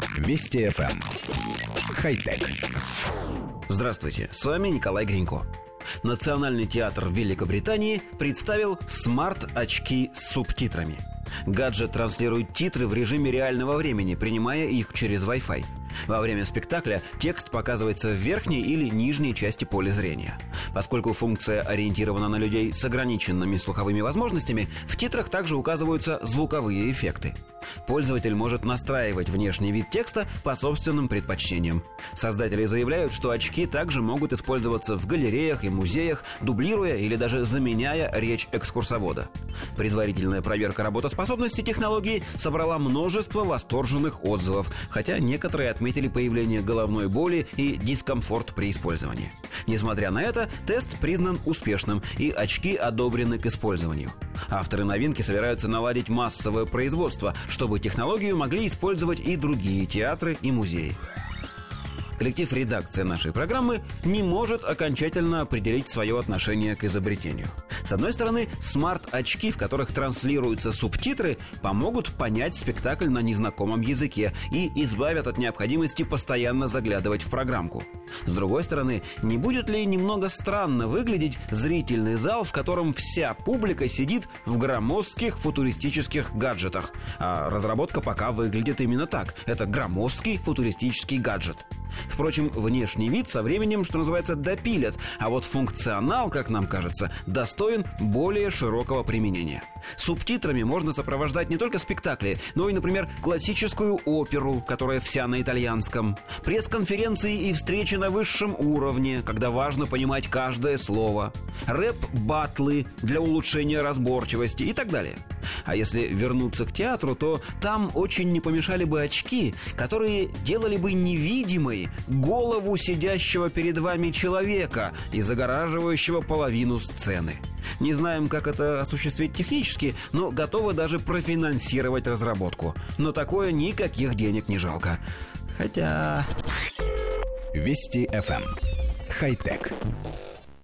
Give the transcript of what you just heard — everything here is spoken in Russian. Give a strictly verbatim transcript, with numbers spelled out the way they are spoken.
Вести эф эм. Хай-тек. Здравствуйте, с вами Николай Гринько. Национальный театр Великобритании представил смарт-очки с субтитрами. Гаджет транслирует титры в режиме реального времени, принимая их через Wi-Fi. Во время спектакля текст показывается в верхней или нижней части поля зрения. Поскольку функция ориентирована на людей с ограниченными слуховыми возможностями, в титрах также указываются звуковые эффекты. Пользователь может настраивать внешний вид текста по собственным предпочтениям. Создатели заявляют, что очки также могут использоваться в галереях и музеях, дублируя или даже заменяя речь экскурсовода. Предварительная проверка работоспособности технологии собрала множество восторженных отзывов, хотя некоторые отметили появление головной боли и дискомфорт при использовании. Несмотря на это, тест признан успешным, и очки одобрены к использованию. Авторы новинки собираются наладить массовое производство, чтобы технологию могли использовать и другие театры и музеи. Коллектив редакции нашей программы не может окончательно определить свое отношение к изобретению. С одной стороны, смарт-очки, в которых транслируются субтитры, помогут понять спектакль на незнакомом языке и избавят от необходимости постоянно заглядывать в программку. С другой стороны, не будет ли немного странно выглядеть зрительный зал, в котором вся публика сидит в громоздких футуристических гаджетах? А разработка пока выглядит именно так. Это громоздкий футуристический гаджет. Впрочем, внешний вид со временем, что называется, допилят, а вот функционал, как нам кажется, достоин более широкого применения. Субтитрами можно сопровождать не только спектакли, но и, например, классическую оперу, которая вся на итальянском, пресс-конференции и встречи на высшем уровне, когда важно понимать каждое слово, рэп-баттлы для улучшения разборчивости и так далее. А если вернуться к театру, то там очень не помешали бы очки, которые делали бы невидимой голову сидящего перед вами человека и загораживающего половину сцены. Не знаем, как это осуществить технически, но готовы даже профинансировать разработку. Но такое никаких денег не жалко. Хотя... Вести эф эм. Хай-тек.